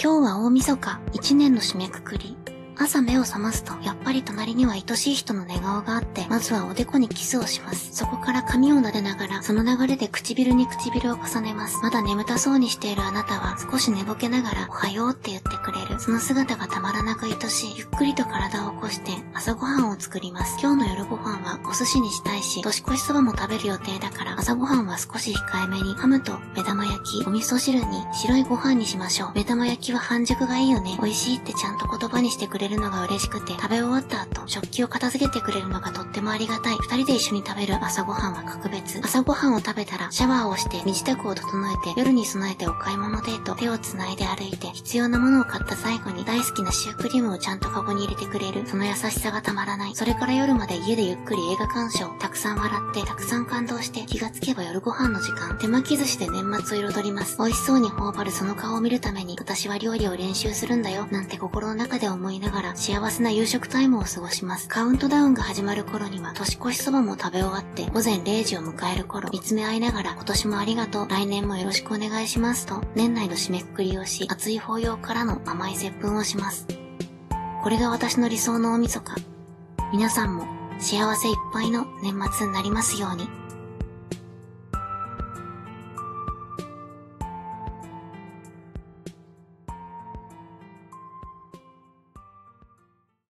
今日は大晦日、一年の締めくくり。朝目を覚ますと、やっぱり隣には愛しい人の寝顔があって、まずはおでこにキスをします。そこから髪を撫でながら、その流れで唇に唇を重ねます。まだ眠たそうにしているあなたは、少し寝ぼけながら、おはようって言ってくれる。その姿がたまらなく愛しい。ゆっくりと体を起こして、朝ごはんを作ります。今日の夜ご飯はお寿司にしたいし、年越しそばも食べる予定だから、朝ごはんは少し控えめに、ハムと目玉焼き、お味噌汁に白いご飯にしましょう。目玉焼きは半熟がいいよね。美味しいってちゃんと言葉にしてくれるのが嬉しくて、食べ終わった後、食器を片付けてくれるのがとってもありがたい。二人で一緒に食べる朝ごはんは格別。朝ごはんを食べたら、シャワーをして、身支度を整えて、夜に備えてお買い物デート、手をつないで歩いて、必要なものを買った最後に、大好きなシュークリームをちゃんとカゴに入れてくれる。その優しさがたまらない。それから夜まで家でゆっくり映画鑑賞、たくさん笑って、たくさん感動して、気がつけば夜ご飯の時間。手巻き寿司で年末を彩ります。美味しそうに頬張るその顔を見るために、私は料理を練習するんだよ、なんて心の中で思いながら、幸せな夕食タイムを過ごします。カウントダウンが始まる頃には、年越しそばも食べ終わって、午前0時を迎える頃、見つめ合いながら、今年もありがとう、来年もよろしくお願いしますと、年内の締めくくりをし、熱い抱擁からの甘い接吻をします。これが私の理想の大晦日。皆さんも幸せいっぱいの年末になりますように。